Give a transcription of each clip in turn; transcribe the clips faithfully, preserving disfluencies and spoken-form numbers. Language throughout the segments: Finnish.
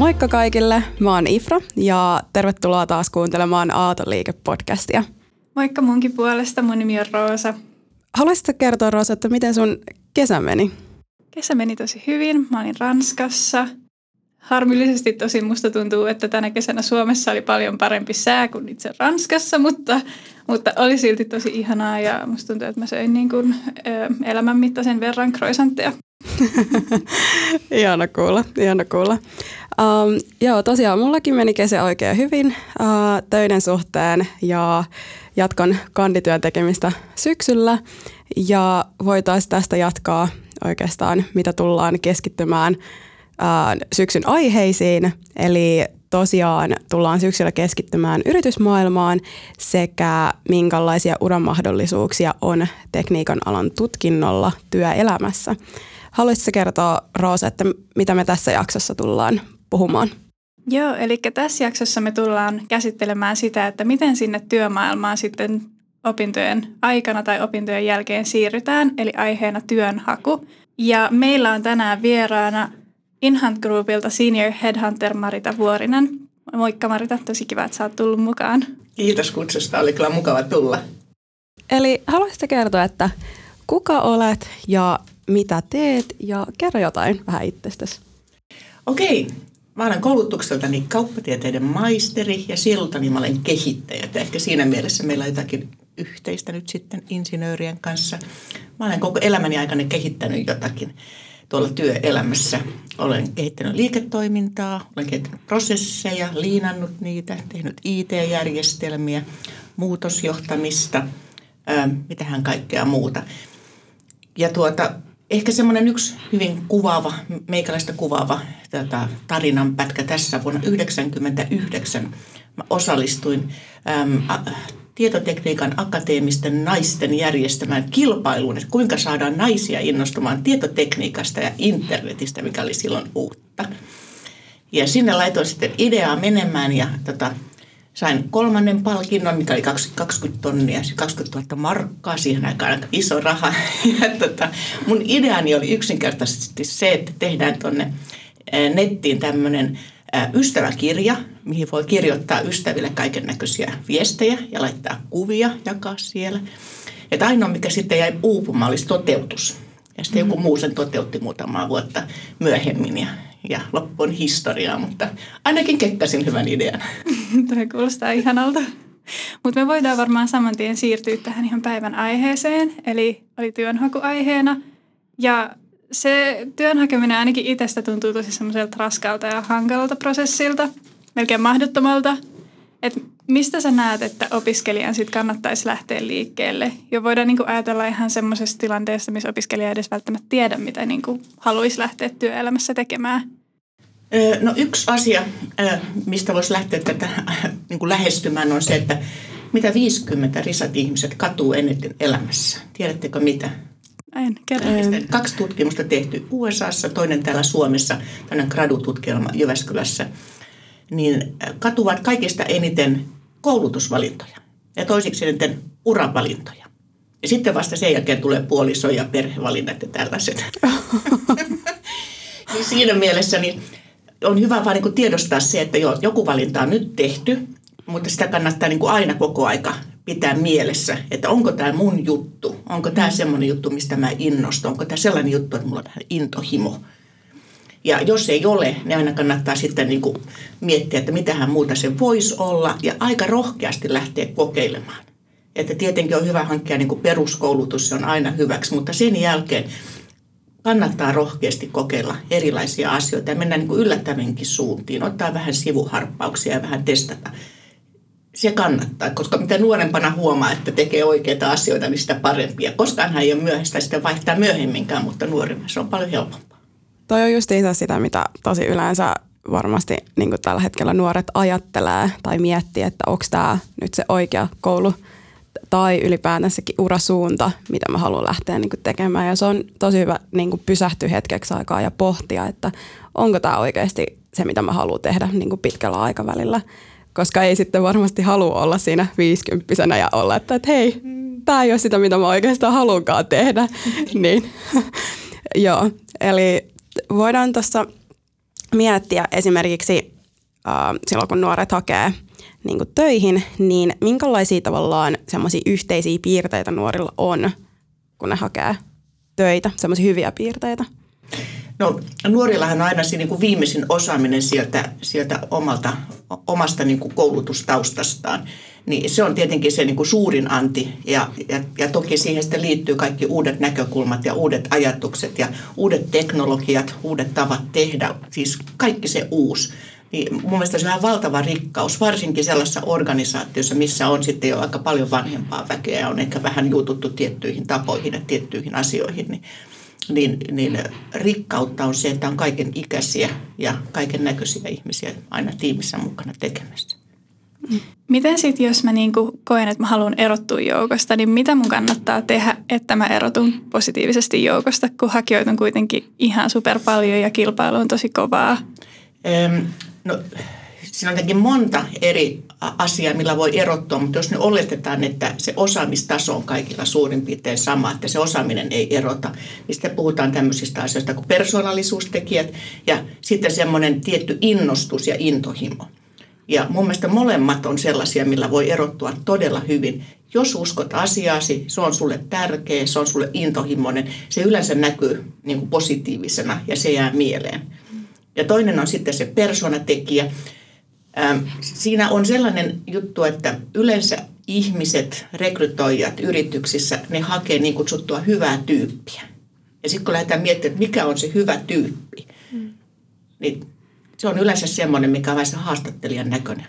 Moikka kaikille, mä oon Ifra ja tervetuloa taas kuuntelemaan Aaltoliike-podcastia. Moikka munkin puolesta, mun nimi on Roosa. Haluaisitko kertoa, Roosa, että miten sun kesä meni? Kesä meni tosi hyvin, mä olin Ranskassa. Harmillisesti tosi musta tuntuu, että tänä kesänä Suomessa oli paljon parempi sää kuin itse Ranskassa, mutta, mutta oli silti tosi ihanaa ja musta tuntuu, että mä söin niin kuin, ö, elämänmittaisen verran croissantteja. Ihana kuulla, ihana kuulla. Um, joo, tosiaan mullakin meni kesä oikein hyvin uh, töiden suhteen ja jatkan kandityön tekemistä syksyllä ja voitaisiin tästä jatkaa oikeastaan, mitä tullaan keskittymään uh, syksyn aiheisiin. Eli tosiaan tullaan syksyllä keskittymään yritysmaailmaan sekä minkälaisia uramahdollisuuksia on tekniikan alan tutkinnolla työelämässä. Haluaisitko kertoa, Roosa, että mitä me tässä jaksossa tullaan puhumaan? Joo, eli tässä jaksossa me tullaan käsittelemään sitä, että miten sinne työmaailmaan sitten opintojen aikana tai opintojen jälkeen siirrytään, eli aiheena työnhaku. Ja meillä on tänään vieraana Inhunt Groupilta Senior Headhunter Marita Vuorinen. Moikka Marita, tosi kiva, että sä oot tullut mukaan. Kiitos kutsusta, oli kyllä mukava tulla. Eli haluaisitko kertoa, että kuka olet ja mitä teet ja kerro jotain vähän itsestäsi. Okei, mä olen koulutukseltani kauppatieteiden maisteri ja sielultani mä olen kehittäjä. Ehkä siinä mielessä meillä on jotakin yhteistä nyt sitten insinöörien kanssa. Mä olen koko elämäni aikana kehittänyt jotakin tuolla työelämässä. Olen kehittänyt liiketoimintaa, olen kehittänyt prosesseja, liinannut niitä, tehnyt I T-järjestelmiä, muutosjohtamista, ää, mitähän kaikkea muuta. Ja tuota, ehkä semmoinen yksi hyvin kuvaava, meikäläistä kuvaava tota, tarinanpätkä tässä vuonna yhdeksänkymmentäyhdeksän. Mä osallistuin äm, a, tietotekniikan akateemisten naisten järjestämään kilpailuun, että kuinka saadaan naisia innostumaan tietotekniikasta ja internetistä, mikä oli silloin uutta. Ja sinne laitoin sitten ideaa menemään ja tota, sain kolmannen palkinnon, mikä oli kaksikymmentä tonnia, kaksikymmentätuhatta markkaa, siihen aikaan aika iso raha. Ja tota, mun ideani oli yksinkertaisesti se, että tehdään tuonne nettiin tämmöinen ystäväkirja, mihin voi kirjoittaa ystäville kaiken näköisiä viestejä ja laittaa kuvia, jakaa siellä. Että ainoa, mikä sitten jäi uupumaan, olisi toteutus. Ja sitten mm-hmm. joku muu sen toteutti muutamaa vuotta myöhemmin ja, ja loppu on historiaa, mutta ainakin kekkasin hyvän idean. Tämä kuulostaa ihanalta. Mutta me voidaan varmaan saman tien siirtyä tähän ihan päivän aiheeseen, eli oli työnhakuaiheena. Ja se työn hakeminen ainakin itsestä tuntuu tosi semmoiselta raskalta ja hankalalta prosessilta, melkein mahdottomalta. Että mistä sä näet, että opiskelijan sit kannattaisi lähteä liikkeelle? Jo voidaan niinku ajatella ihan semmoisessa tilanteessa, missä opiskelija ei edes välttämättä tiedä, mitä niinku haluaisi lähteä työelämässä tekemään. No yksi asia, mistä voisi lähteä tätä niin kuin lähestymään, on se, että mitä viisikymmentä risat ihmiset katuu eniten elämässä. Tiedättekö mitä? En, kerro. Kaksi tutkimusta tehty U S A:ssa, toinen täällä Suomessa, tämmöinen gradututkielma Jyväskylässä. Niin katuvat kaikista eniten koulutusvalintoja ja toisiksi eniten uravalintoja. Ja sitten vasta sen jälkeen tulee puoliso- ja perhevalinnat ja tällaiset. Niin siinä mielessä niin on hyvä vaan niin kuin tiedostaa se, että jo, joku valinta on nyt tehty, mutta sitä kannattaa niin kuin aina koko aika pitää mielessä, että onko tämä mun juttu, onko tämä semmoinen juttu, mistä mä innostun, onko tämä sellainen juttu, että mulla on vähän intohimo. Ja jos ei ole, niin aina kannattaa sitten niin kuin miettiä, että mitähän muuta se voisi olla ja aika rohkeasti lähteä kokeilemaan. Että tietenkin on hyvä hankkia niin kuin peruskoulutus, se on aina hyväksi, mutta sen jälkeen kannattaa rohkeasti kokeilla erilaisia asioita ja mennä niin kuin yllättävinkin suuntiin, ottaa vähän sivuharppauksia ja vähän testata. Se kannattaa, koska mitä nuorempana huomaa, että tekee oikeita asioita, niin sitä parempia. Koskaanhan ei ole myöhäistä sitä vaihtaa myöhemminkään, mutta nuoremmin se on paljon helpompaa. Toi on just itse sitä, mitä tosi yleensä varmasti niin kuin tällä hetkellä nuoret ajattelee tai miettii, että onko tämä nyt se oikea koulu tai ylipäätänsäkin urasuunta, mitä mä haluan lähteä niin kuin tekemään. Ja se on tosi hyvä niin kuin pysähtyä hetkeksi aikaa ja pohtia, että onko tämä oikeasti se, mitä mä haluan tehdä niin kuin pitkällä aikavälillä. Koska ei sitten varmasti halua olla siinä viisikymppisenä ja olla, että, että hei, tämä ei ole sitä, mitä mä oikeastaan haluankaan tehdä. niin, joo, eli voidaan tuossa miettiä esimerkiksi äh, silloin, kun nuoret hakee niin kuin töihin, niin minkälaisia tavallaan semmoisia yhteisiä piirteitä nuorilla on, kun ne hakee töitä, semmoisia hyviä piirteitä? No nuorillahan on aina se niin kuin viimeisin osaaminen sieltä, sieltä omalta, omasta niin kuin koulutustaustastaan. Niin se on tietenkin se niin kuin suurin anti ja, ja, ja toki siihen sitten liittyy kaikki uudet näkökulmat ja uudet ajatukset ja uudet teknologiat, uudet tavat tehdä, siis kaikki se uusi. Niin mun mielestä se on ihan valtava rikkaus, varsinkin sellaisessa organisaatiossa, missä on sitten jo aika paljon vanhempaa väkeä ja on ehkä vähän juututtu tiettyihin tapoihin ja tiettyihin asioihin. Niin, niin, niin rikkautta on se, että on kaiken ikäisiä ja kaiken näköisiä ihmisiä aina tiimissä mukana tekemässä. Miten sitten, jos mä niinku koen, että mä haluan erottua joukosta, niin mitä mun kannattaa tehdä, että mä erotun positiivisesti joukosta, kun hakijoita on kuitenkin ihan super paljon ja kilpailu on tosi kovaa? Öm, no, siinä on jotenkin monta eri asiaa, millä voi erottua, mutta jos ne oletetaan, että se osaamistaso on kaikilla suurin piirtein sama, että se osaaminen ei erota, niin sitten puhutaan tämmöisistä asioista kuin persoonallisuustekijät ja sitten semmoinen tietty innostus ja intohimo. Ja mun mielestä molemmat on sellaisia, millä voi erottua todella hyvin. Jos uskot asiaasi, se on sulle tärkeä, se on sulle intohimoinen, se yleensä näkyy niin kuin positiivisena ja se jää mieleen. Ja toinen on sitten se persoonatekijä. Ähm, siinä on sellainen juttu, että yleensä ihmiset, rekrytoijat yrityksissä, ne hakee niin kutsuttua hyvää tyyppiä. Ja sitten kun lähdetään miettimään, että mikä on se hyvä tyyppi, mm. niin se on yleensä semmoinen, mikä on vähän se haastattelijan näköinen.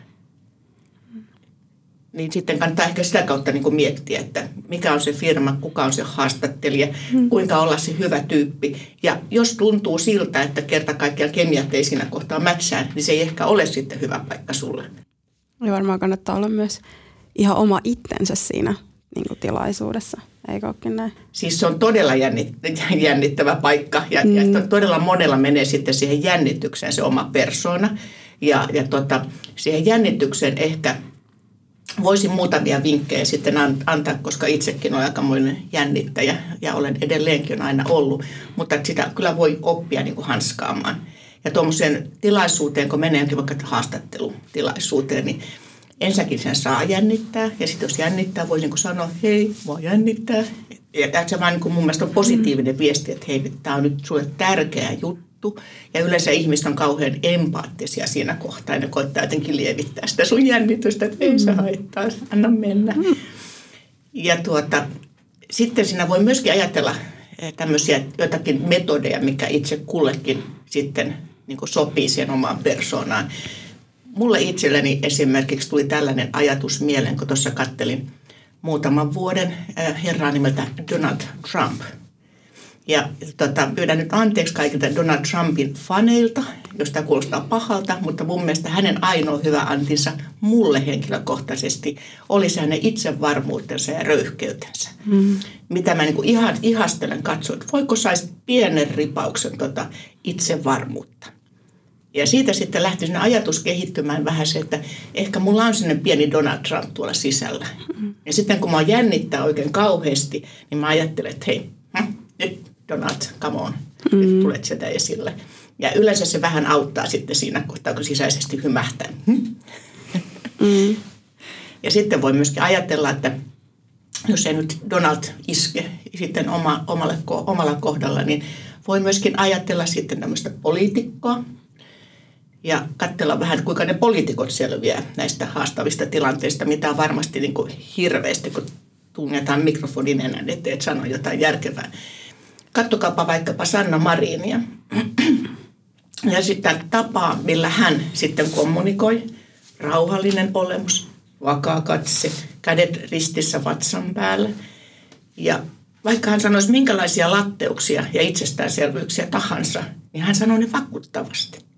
Mm. Niin sitten kannattaa ehkä sitä kautta niin kuin miettiä, että mikä on se firma, kuka on se haastattelija, mm. kuinka olla se hyvä tyyppi. Ja jos tuntuu siltä, että kerta kaikkiaan kemiat ei siinä kohtaa mätsää, niin se ei ehkä ole sitten hyvä paikka sulle. Ja varmaan kannattaa olla myös ihan oma itsensä siinä niin kuin tilaisuudessa, eikö olekin näin? Siis se on todella jännittävä paikka ja, mm. ja todella monella menee sitten siihen jännitykseen se oma persoona. Ja, ja tota, siihen jännitykseen ehkä voisin muutamia vinkkejä sitten antaa, koska itsekin olen aikamoinen jännittäjä ja olen edelleenkin aina ollut, mutta sitä kyllä voi oppia niin kuin hanskaamaan. Ja tuommoiseen tilaisuuteen, kun menee vaikka haastattelutilaisuuteen, niin ensinnäkin sen saa jännittää ja sitten jos jännittää, voi niin kuin sanoa, hei, mua jännittää. Ja se vaan niin kuin mun mielestä on positiivinen viesti, että hei, tämä on nyt sulle tärkeä juttu. Ja yleensä ihmiset on kauhean empaattisia siinä kohtaa ja ne koittaa jotenkin lievittää sitä sun jännitystä, että ei se haittaa, anna mennä. Mm. Ja tuota, sitten siinä voi myöskin ajatella tämmöisiä jotakin metodeja, mikä itse kullekin sitten niin kuin sopii siihen omaan persoonaan. Mulle itselleni esimerkiksi tuli tällainen ajatus mieleen, kun tuossa kattelin muutaman vuoden herraa nimeltä Donald Trump. Ja tota, pyydän nyt anteeksi kaikilta Donald Trumpin faneilta, jos tämä kuulostaa pahalta, mutta mun mielestä hänen ainoa hyvä antinsa mulle henkilökohtaisesti oli se hänen itsevarmuutensa ja röyhkeytensä. Mm. Mitä mä niin kuin ihan ihastelen katsoa, että voiko saisi pienen ripauksen tota itsevarmuutta. Ja siitä sitten lähti sinne ajatus kehittymään vähän se, että ehkä mulla on sellainen pieni Donald Trump tuolla sisällä. Mm. Ja sitten kun mä jännittää oikein kauheasti, niin mä ajattelen, että hei, hm, nyt Donald, come on, mm. nyt tulet sieltä esille. Ja yleensä se vähän auttaa sitten siinä kohtaa, kun sisäisesti hymähtää. Mm. Ja sitten voi myöskin ajatella, että jos ei nyt Donald iske sitten oma, omalle, omalla kohdalla, niin voi myöskin ajatella sitten tämmöistä poliitikkoa. Ja katsella vähän, kuinka ne poliitikot selviää näistä haastavista tilanteista, mitä on varmasti niin kuin hirveästi, kun tunnetaan mikrofonin enää eteen, että sanoo jotain järkevää. Katsokaapa vaikkapa Sanna Marinia. Ja sitten tapaa, millä hän sitten kommunikoi. Rauhallinen olemus, vakaa katse, kädet ristissä vatsan päällä. Ja vaikka hän sanoisi minkälaisia latteuksia ja itsestäänselvyyksiä tahansa, niin hän sanoo ne vakuuttavasti.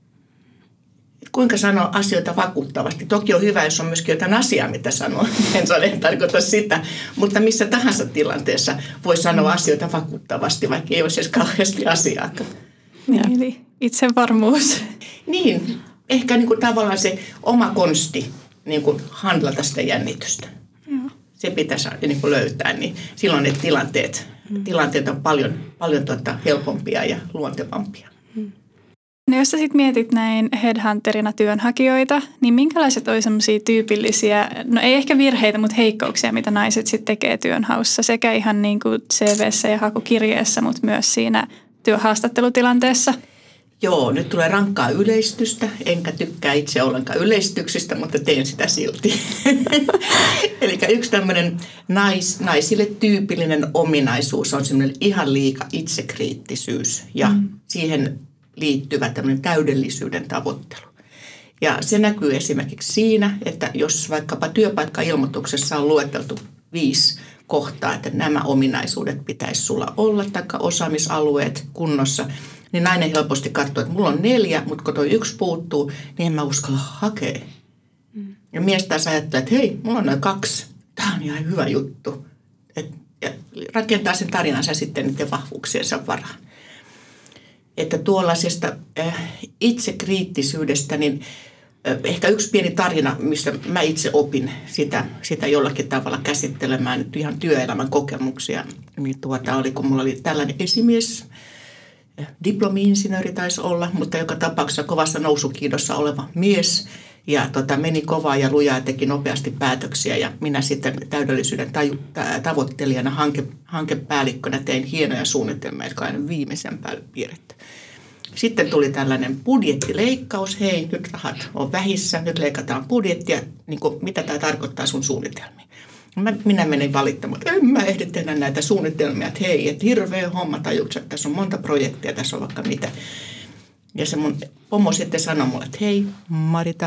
Kuinka sanoa asioita vakuuttavasti. Toki on hyvä, jos on myöskin jotain asiaa, mitä sanoo. En, en tarkoita sitä. Mutta missä tahansa tilanteessa voi sanoa asioita vakuuttavasti, vaikka ei olisi edes kauheasti asiaakaan. Niin, eli itsevarmuus. Niin, ehkä niin kuin tavallaan se oma konsti niin kuin handlata sitä jännitystä. Joo. Se pitäisi niin kuin löytää, niin silloin ne tilanteet, mm. tilanteet on paljon, paljon tuota helpompia ja luontevampia. No jos sä sit mietit näin headhunterina työnhakijoita, niin minkälaiset olisi sellaisia tyypillisiä, no ei ehkä virheitä, mutta heikkouksia, mitä naiset sitten tekee työnhaussa sekä ihan niin kuin C V:ssä ja hakukirjeessä, mutta myös siinä työhaastattelutilanteessa? Joo, nyt tulee rankkaa yleistystä. Enkä tykkää itse ollenkaan yleistyksistä, mutta teen sitä silti. Eli yksi tämmöinen nais, naisille tyypillinen ominaisuus on semmoinen ihan liika itsekriittisyys ja mm. siihen liittyvä tämmöinen täydellisyyden tavoittelu. Ja se näkyy esimerkiksi siinä, että jos vaikkapa työpaikkailmoituksessa on lueteltu viisi kohtaa, että nämä ominaisuudet pitäisi sulla olla, taikka osaamisalueet kunnossa, niin nainen helposti katsoo, että mulla on neljä, mutta kun toi yksi puuttuu, niin en mä uskalla hakea. Mm. Ja mies taas ajattelee, että hei, mulla on noin kaksi. Tämä on ihan hyvä juttu. Et, ja rakentaa sen tarinansa sitten niiden vahvuuksiensa varaan. Että tuollaisesta äh, itsekriittisyydestä, niin äh, ehkä yksi pieni tarina, missä mä itse opin sitä, sitä jollakin tavalla käsittelemään nyt ihan työelämän kokemuksia, niin tuota oli, kun mulla oli tällainen esimies, diplomi-insinööri taisi olla, mutta joka tapauksessa kovassa nousukiidossa oleva mies. Ja tota, meni kovaa ja lujaa ja teki nopeasti päätöksiä. Ja minä sitten täydellisyyden taju- tavoittelijana, hanke, hankepäällikkönä tein hienoja suunnitelmia, jotka aina viimeisen päälle piirretty. Sitten tuli tällainen budjettileikkaus. Hei, nyt rahat on vähissä, nyt leikataan budjettia. Niin kuin, mitä tämä tarkoittaa sun suunnitelmiin? Mä, minä menin valittamaan, että en mä ehdi tehdä näitä suunnitelmia, että hei, että hirveä homma, tajuuks, että tässä on monta projektia, tässä on vaikka mitä. Ja se mun pomo sitten sanoi mulle, että hei Marita,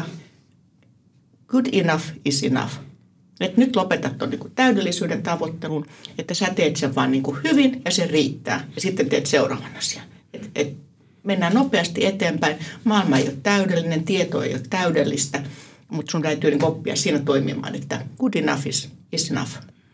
good enough is enough. Että nyt lopetat tuon niin täydellisyyden tavoittelun, että sä teet sen vaan niin kuin hyvin ja se riittää. Ja sitten teet seuraavan asian. Et, et mennään nopeasti eteenpäin. Maailma ei ole täydellinen, tieto ei ole täydellistä. Mutta sun täytyy niin oppia siinä toimimaan, että good enough is, is enough.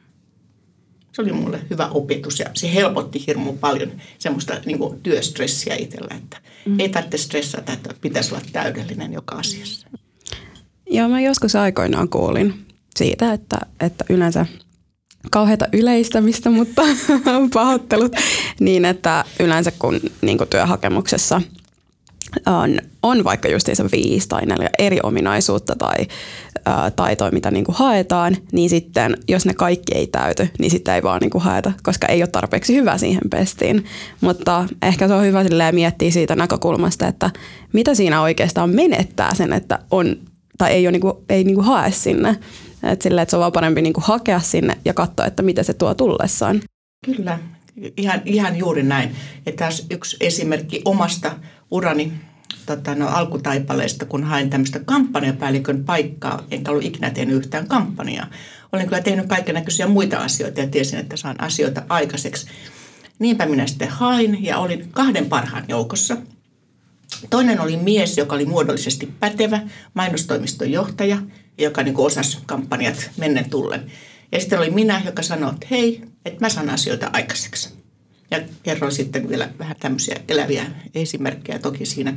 Se oli mulle hyvä opetus ja se helpotti hirmu paljon semmoista niin kuin työstressiä itsellä, että mm. ei tarvitse stressata, että pitäisi olla täydellinen joka asiassa. Joo, mä joskus aikoinaan kuulin siitä, että, että yleensä kauheata yleistämistä, mutta pahoittelut, niin että yleensä kun niin kuin työhakemuksessa On, on vaikka justiinsa viisi tai neljä eri ominaisuutta tai ää, taitoja, mitä niin kuin haetaan, niin sitten jos ne kaikki ei täyty, niin sitten ei vaan niin kuin haeta, koska ei ole tarpeeksi hyvä siihen pestiin. Mutta ehkä se on hyvä miettiä siitä näkökulmasta, että mitä siinä oikeastaan menettää sen, että on tai ei, ole niin kuin, ei niin kuin hae sinne. Että sille, että se on vaan parempi niin kuin hakea sinne ja katsoa, että mitä se tuo tullessaan. Kyllä, ihan, ihan juuri näin. Ja taas yksi esimerkki omasta urani tota, no, alkutaipaleesta, kun hain tämmöistä kampanjapäällikön paikkaa, enkä ollut ikinä tehnyt yhtään kampanjaa. Olen kyllä tehnyt kaikennäköisiä muita asioita ja tiesin, että saan asioita aikaiseksi. Niinpä minä sitten hain ja olin kahden parhaan joukossa. Toinen oli mies, joka oli muodollisesti pätevä, mainostoimiston johtaja, joka niin kuin osasi kampanjat mennen tullen. Ja sitten oli minä, joka sanoi, että hei, että mä saan asioita aikaiseksi. Ja kerroin sitten vielä vähän tämmöisiä eläviä esimerkkejä toki siinä.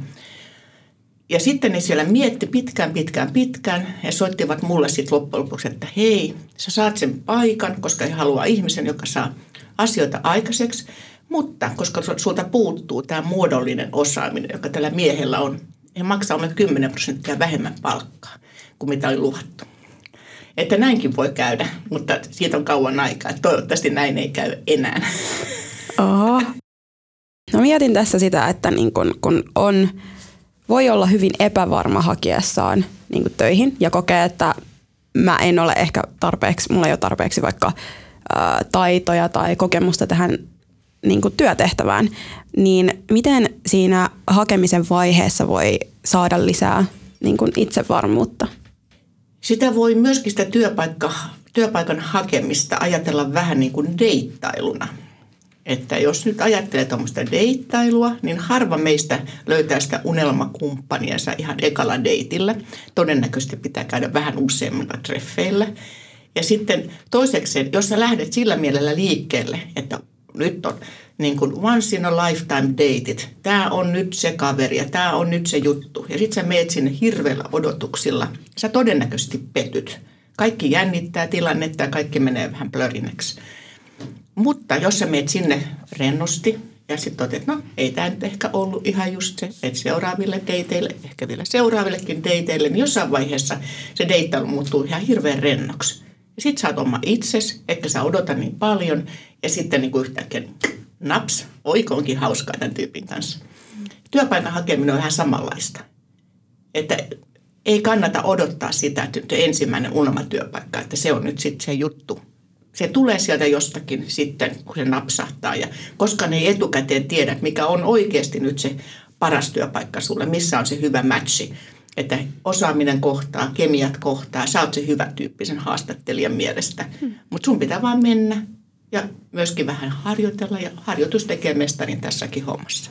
Ja sitten ne siellä mietti pitkään, pitkään, pitkään ja soittivat mulle sitten loppujen lopuksi, että hei, sä saat sen paikan, koska he haluaa ihmisen, joka saa asioita aikaiseksi. Mutta koska sulta puuttuu tämä muodollinen osaaminen, joka tällä miehellä on, he maksaa mulle kymmenen prosenttia vähemmän palkkaa kuin mitä oli luvattu. Että näinkin voi käydä, mutta siitä on kauan aikaa. Toivottavasti näin ei käy enää. Oho. No mietin tässä sitä, että niin kun, kun on, voi olla hyvin epävarma hakiessaan niin kun töihin ja kokee, että mä en ole ehkä tarpeeksi, mulla ei ole tarpeeksi vaikka ää, taitoja tai kokemusta tähän niin kun työtehtävään, niin miten siinä hakemisen vaiheessa voi saada lisää niin kun itsevarmuutta? Sitä voi myöskin sitä työpaikka, työpaikan hakemista ajatella vähän niin kuin deittailuna. Että jos nyt ajattelee tuommoista deittailua, niin harva meistä löytää sitä unelmakumppaniansa ihan ekalla deitillä. Todennäköisesti pitää käydä vähän useammilla treffeillä. Ja sitten toiseksi, jos sä lähdet sillä mielellä liikkeelle, että nyt on niin kuin once in a lifetime dateit, tämä on nyt se kaveri ja tämä on nyt se juttu. Ja sitten sä meet sinne hirveillä odotuksilla, sä todennäköisesti petyt. Kaikki jännittää tilannetta ja kaikki menee vähän plörinäksi. Mutta jos sä meet sinne rennosti Ja sitten toteat, että no ei tämä nyt ehkä ollut ihan just se, että seuraaville dateille, ehkä vielä seuraavillekin dateille, niin jossain vaiheessa se deittailu muuttuu ihan hirveän rennoksi. Ja sitten sä oot oma itses, etkä sä odota niin paljon, ja sitten niin kuin yhtäkkiä naps, oiko onkin hauskaa tämän tyypin kanssa. Työpaikan hakeminen on ihan samanlaista. Että ei kannata odottaa sitä, että ensimmäinen unelmatyöpaikka, että se on nyt sitten se juttu. Se tulee sieltä jostakin sitten, kun se napsahtaa. Ja koska ne ei etukäteen tiedä, mikä on oikeasti nyt se paras työpaikka sulle, missä on se hyvä matchi. Että osaaminen kohtaa, kemiat kohtaa, sä oot se hyvä tyyppisen haastattelijan mielestä. Hmm. Mutta sun pitää vaan mennä ja myöskin vähän harjoitella ja harjoitus tekee mestarin tässäkin hommassa.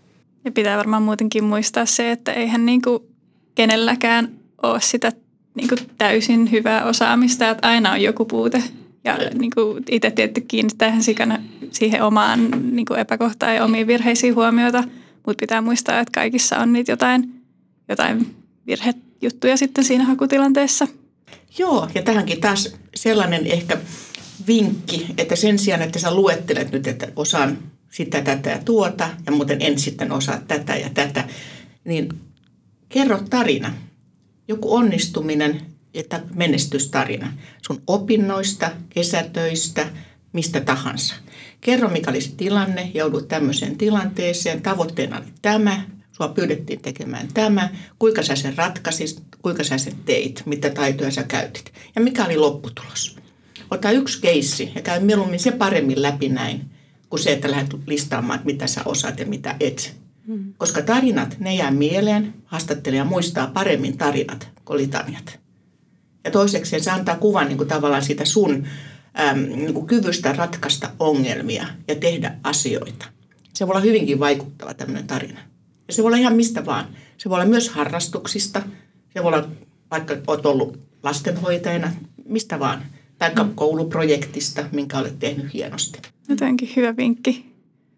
Ja pitää varmaan muutenkin muistaa se, että eihän niinku kenelläkään ole sitä niinku täysin hyvää osaamista, että aina on joku puute. Ja niinku itse tietty kiinnittää ihan sikana siihen omaan niinku epäkohtaan ja omiin virheisiin huomiota, mutta pitää muistaa, että kaikissa on niitä jotain, jotain virhejuttuja sitten siinä hakutilanteessa. Joo, ja tähänkin taas sellainen ehkä vinkki, että sen sijaan, että sä luettelet nyt, että osaan sitä, tätä ja tuota, ja muuten en sitten osaa tätä ja tätä, niin kerro tarina. Joku onnistuminen ja menestystarina sun opinnoista, kesätöistä, mistä tahansa. Kerro, mikä oli se tilanne, joudut tämmöiseen tilanteeseen, tavoitteena oli tämä, sua pyydettiin tekemään tämä, kuinka sä sen ratkaisit, kuinka sä sen teit, mitä taitoja sä käytit ja mikä oli lopputulos. Ota yksi keissi ja käy mieluummin se paremmin läpi näin, kuin se, että lähdet listaamaan, että mitä sä osaat ja mitä et. Hmm. Koska tarinat, ne jää mieleen, haastattelija muistaa paremmin tarinat kuin litaniat. Ja toiseksi se antaa kuvan niin kuin tavallaan siitä sun äm, niin kuin kyvystä ratkaista ongelmia ja tehdä asioita. Se voi olla hyvinkin vaikuttava tämmöinen tarina. Ja se voi olla ihan mistä vaan. Se voi olla myös harrastuksista. Se voi olla, vaikka olet ollut lastenhoitajana, mistä vaan. Tai kouluprojektista, minkä olet tehnyt hienosti. Jotenkin hyvä vinkki.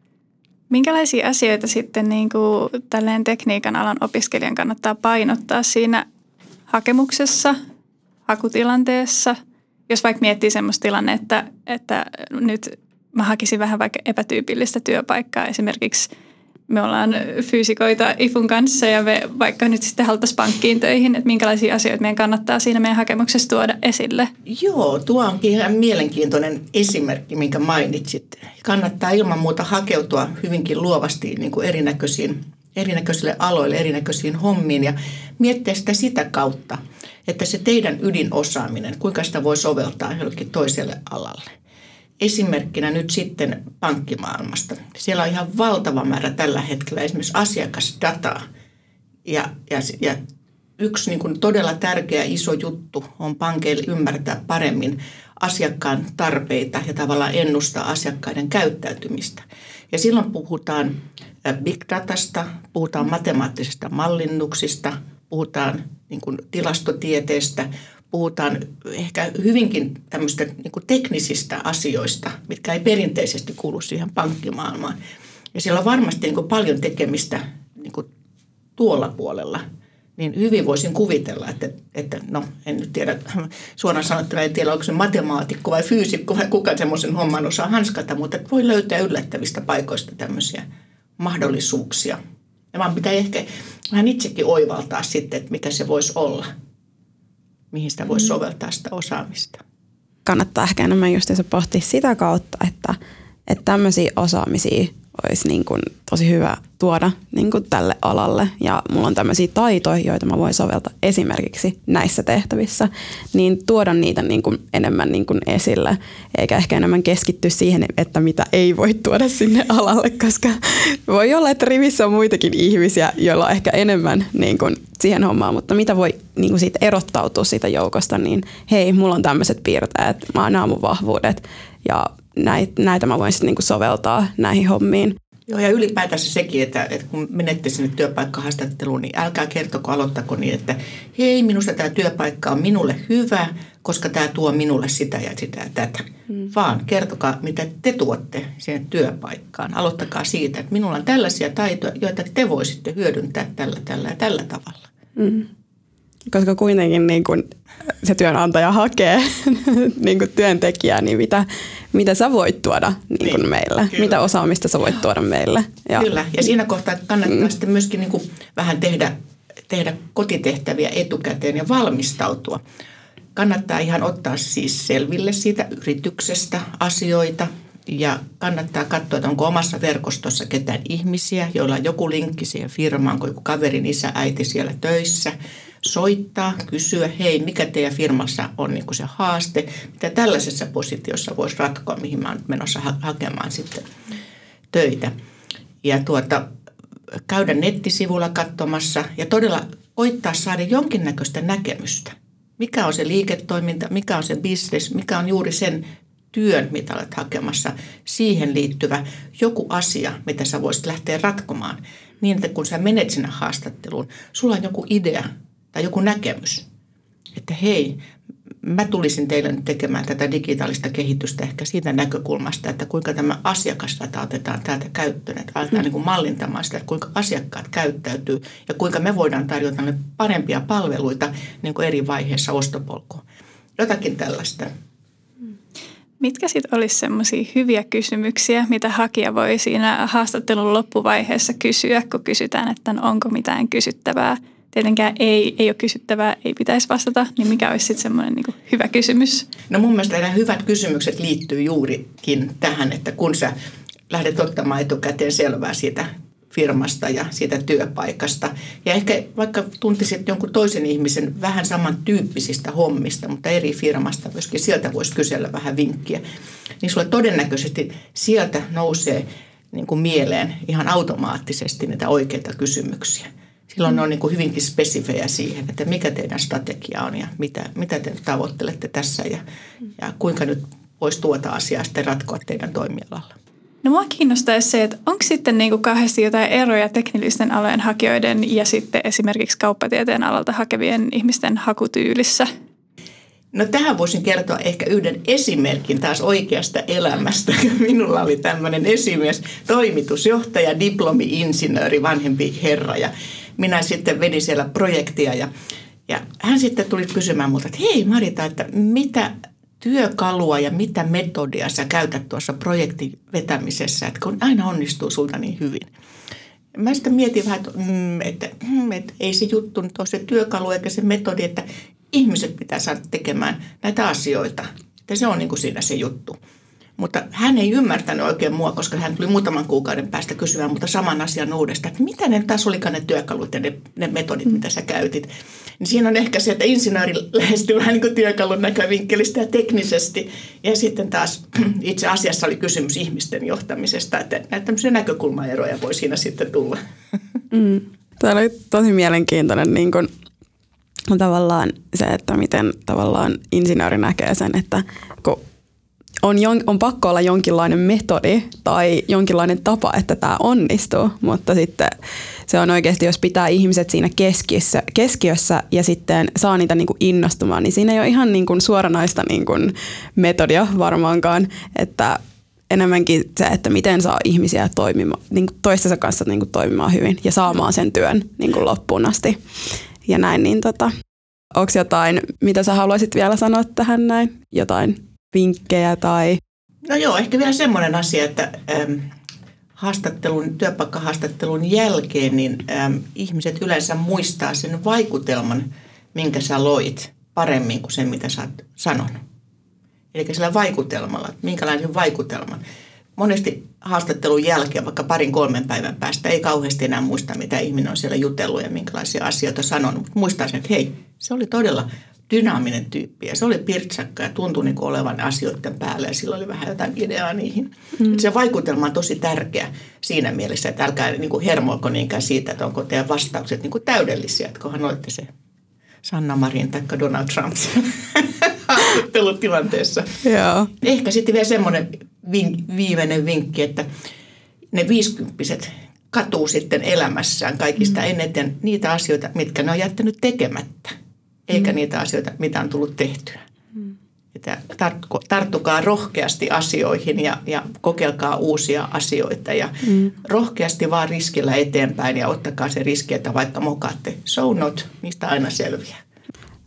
Minkälaisia asioita sitten niin kuin tälleen tekniikan alan opiskelijan kannattaa painottaa siinä hakemuksessa, hakutilanteessa? Jos vaikka miettii semmoista tilannetta, että nyt mä hakisin vähän vaikka epätyypillistä työpaikkaa. Esimerkiksi me ollaan fyysikoita I F U:n kanssa ja me vaikka nyt sitten haluttaisiin pankkiin töihin, että minkälaisia asioita meidän kannattaa siinä meidän hakemuksessa tuoda esille. Joo, tuo onkin ihan mielenkiintoinen esimerkki, minkä mainitsit. Kannattaa ilman muuta hakeutua hyvinkin luovasti niin kuin erinäköisiin, erinäköisille aloille, erinäköisiin hommiin ja miettiä sitä sitä kautta, että se teidän ydinosaaminen, kuinka sitä voi soveltaa jollekin toiselle alalle. Esimerkkinä nyt sitten pankkimaailmasta. Siellä on ihan valtava määrä tällä hetkellä esimerkiksi asiakasdataa. Ja, ja, ja yksi niin kuin todella tärkeä iso juttu on pankeille ymmärtää paremmin asiakkaan tarpeita ja tavallaan ennustaa asiakkaiden käyttäytymistä. Ja silloin puhutaan big datasta, puhutaan matemaattisesta mallinnuksista, puhutaan niin kuin tilastotieteestä, puhutaan ehkä hyvinkin tämmöistä niin kuin teknisistä asioista, mitkä ei perinteisesti kuulu siihen pankkimaailmaan. Ja siellä on varmasti niin kuin paljon tekemistä niin kuin tuolla puolella. Niin hyvin voisin kuvitella, että, että no en nyt tiedä, suoraan sanottuna en tiedä, onko se matemaatikko vai fyysikko vai kuka semmoisen homman osaa hanskata, mutta voi löytää yllättävistä paikoista tämmöisiä mahdollisuuksia. Ja vaan pitää ehkä vähän itsekin oivaltaa sitten, että mikä se voisi olla. Mihin sitä voisi soveltaa sitä osaamista. Kannattaa ehkä enemmän just se pohtia sitä kautta, että, että tämmöisiä osaamisia olisi niin kuin tosi hyvä tuoda niin kuin tälle alalle. Ja mulla on tämmöisiä taitoja, joita mä voin soveltaa esimerkiksi näissä tehtävissä, niin tuoda niitä niin kuin enemmän niin kuin esille, eikä ehkä enemmän keskittyä siihen, että mitä ei voi tuoda sinne alalle, koska voi olla, että rivissä on muitakin ihmisiä, joilla on ehkä enemmän niin kuin siihen hommaan, mutta mitä voi niin kuin siitä erottautua siitä joukosta, niin hei, mulla on tämmöiset piirteet, mä oon mun vahvuudet ja näitä, näitä mä voin sitten niin kuin soveltaa näihin hommiin. Joo, ja ylipäätänsä sekin, että, että kun menette sinne työpaikkahaastatteluun, niin älkää kertoko, aloittako niin, että hei, minusta tämä työpaikka on minulle hyvä, koska tämä tuo minulle sitä ja sitä ja tätä. Mm. Vaan kertokaa, mitä te tuotte siihen työpaikkaan. Aloittakaa siitä, että minulla on tällaisia taitoja, joita te voisitte hyödyntää tällä, tällä ja tällä tavalla. Mm. koska kuitenkin niin kun se työnantaja hakee niin kun työntekijää, niin mitä, mitä sä voit tuoda niin kun niin, meille? Kyllä. Mitä osaamista sä voit tuoda meille? Ja, kyllä, ja siinä kohtaa kannattaa mm. sitten myöskin niin kun vähän tehdä, tehdä kotitehtäviä etukäteen ja valmistautua. Kannattaa ihan ottaa siis selville siitä yrityksestä asioita ja kannattaa katsoa, että onko omassa verkostossa ketään ihmisiä, joilla on joku linkki siihen firmaan, onko joku kaverin isä, äiti siellä töissä. Soittaa, kysyä, hei, mikä teidän firmassa on niin kuin se haaste, mitä tällaisessa positiossa voisi ratkoa, mihin mä oon menossa ha- hakemaan sitten töitä. Ja tuota, käydä nettisivulla katsomassa ja todella koittaa saada jonkinnäköistä näkemystä. Mikä on se liiketoiminta, mikä on se business, mikä on juuri sen työn, mitä olet hakemassa, siihen liittyvä joku asia, mitä sä voisit lähteä ratkomaan. Niin, että kun sä menet sinne haastatteluun, sulla on joku idea tai joku näkemys, että hei, mä tulisin teille nyt tekemään tätä digitaalista kehitystä ehkä siitä näkökulmasta, että kuinka tämä asiakasdata otetaan täältä käyttöön, että aletaan mm. niin kuin mallintamaan sitä, että kuinka asiakkaat käyttäytyy ja kuinka me voidaan tarjota ne parempia palveluita niin kuin eri vaiheissa ostopolkua. Jotakin tällaista. Mitkä sitten olisi semmoisia hyviä kysymyksiä, mitä hakija voi siinä haastattelun loppuvaiheessa kysyä, kun kysytään, että onko mitään kysyttävää? Tietenkään ei, ei ole kysyttävää, ei pitäisi vastata, niin mikä olisi sitten semmoinen niin kuin hyvä kysymys? No mun mielestä nämä hyvät kysymykset liittyy juurikin tähän, että kun sä lähdet ottamaan etukäteen selvää siitä firmasta ja siitä työpaikasta. Ja ehkä vaikka tuntisit jonkun toisen ihmisen vähän samantyyppisistä hommista, mutta eri firmasta myöskin sieltä voisi kysellä vähän vinkkiä. Niin sulle todennäköisesti sieltä nousee niin kuin mieleen ihan automaattisesti niitä oikeita kysymyksiä. Silloin ne on niin kuin hyvinkin spesifejä siihen, että mikä teidän strategia on ja mitä, mitä te tavoittelette tässä ja, ja kuinka nyt voisi tuota asiaa sitten ratkoa teidän toimialalla. No mua kiinnostaisi se, että onko sitten niin kuin kauheasti jotain eroja teknillisten alojen hakijoiden ja sitten esimerkiksi kauppatieteen alalta hakevien ihmisten hakutyylissä? No tähän voisin kertoa ehkä yhden esimerkin taas oikeasta elämästä. Minulla oli tämmöinen esimies, toimitusjohtaja, diplomi-insinööri, vanhempi herra ja minä sitten vedin siellä projektia ja, ja hän sitten tuli kysymään multa, että hei Marita, että mitä työkalua ja mitä metodia sä käytät tuossa projektin vetämisessä, että kun aina onnistuu sulta niin hyvin. Mä sitten mietin vähän, että, mm, että, mm, että ei se juttu nyt ole se työkalu eikä se metodi, että ihmiset pitää saada tekemään näitä asioita. Että se on niin kuin siinä se juttu. Mutta hän ei ymmärtänyt oikein mua, koska hän tuli muutaman kuukauden päästä kysymään mutta saman asian uudestaan, että mitä ne taas olikaan ne työkalut ja ne, ne metodit, mitä sä käytit. Niin siinä on ehkä se, että insinööri lähestyy vähän niin kuin työkalun näkövinkkelistä ja teknisesti. Ja sitten taas itse asiassa oli kysymys ihmisten johtamisesta, että näitä tämmöisiä näkökulmaeroja voi siinä sitten tulla. Mm. Tämä oli tosi mielenkiintoinen niin kuin, tavallaan se, että miten tavallaan insinööri näkee sen, että kun On, jon, on pakko olla jonkinlainen metodi tai jonkinlainen tapa, että tämä onnistuu, mutta sitten se on oikeasti, jos pitää ihmiset siinä keskiössä, keskiössä ja sitten saa niitä niin kuin innostumaan, niin siinä ei ole ihan niin kuin suoranaista niin kuin metodia varmaankaan, että enemmänkin se, että miten saa ihmisiä toimimaan, niin kuin toistensa kanssa niin kuin toimimaan hyvin ja saamaan sen työn niin kuin loppuun asti ja näin, niin tota, onko jotain, mitä sä haluaisit vielä sanoa tähän näin, jotain vinkkejä tai? No joo, ehkä vielä semmoinen asia, että äm, haastattelun, työpaikkahaastattelun jälkeen niin äm, ihmiset yleensä muistaa sen vaikutelman, minkä sä loit paremmin kuin sen, mitä sä oot sanonut. Eli sillä vaikutelmalla, minkälaisen vaikutelman. Monesti haastattelun jälkeen, vaikka parin kolmen päivän päästä, ei kauheasti enää muista, mitä ihminen on siellä jutellut ja minkälaisia asioita sanonut. Mutta muistaa sen, että hei, se oli todella dynaaminen tyyppi ja se oli pirtsakka ja tuntui niin kuin olevan asioiden päällä ja sillä oli vähän jotain ideaa niihin. Mm. Se vaikutelma on tosi tärkeä siinä mielessä, että älkää niin kuin hermoilko niinkään siitä, että onko teidän vastaukset niin kuin täydellisiä, että kunhan olette se Sanna Marin tai Donald Trump haastattelutilanteessa. Joo. Ehkä sitten vielä semmoinen vink, viimeinen vinkki, että ne viisikymppiset katuu sitten elämässään kaikista mm. eniten niitä asioita, mitkä ne on jättänyt tekemättä. Eikä mm. niitä asioita, mitä on tullut tehtyä. Mm. Että tarttukaa rohkeasti asioihin ja, ja kokeilkaa uusia asioita. Ja mm. rohkeasti vaan riskillä eteenpäin ja ottakaa se riski, että vaikka mokaatte. So not, niistä aina selviää.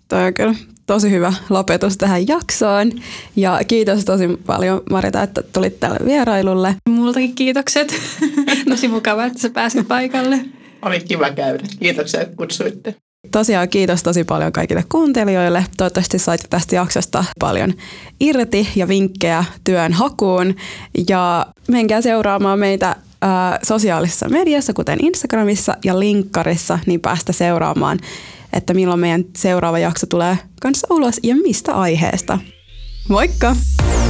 Toi on kyllä tosi hyvä lopetus tähän jaksoon. Ja kiitos tosi paljon, Marita, että tulit tälle vierailulle. Multakin kiitokset. Tosi mukava, että sä pääsit paikalle. Oli kiva käydä. Kiitoksia, että kutsuitte. Tosiaan kiitos tosi paljon kaikille kuuntelijoille. Toivottavasti saitte tästä jaksosta paljon irti ja vinkkejä työn hakuun. Ja menkää seuraamaan meitä ää, sosiaalisessa mediassa, kuten Instagramissa ja linkkarissa, niin päästä seuraamaan, että milloin meidän seuraava jakso tulee kanssa ulos ja mistä aiheesta. Moikka!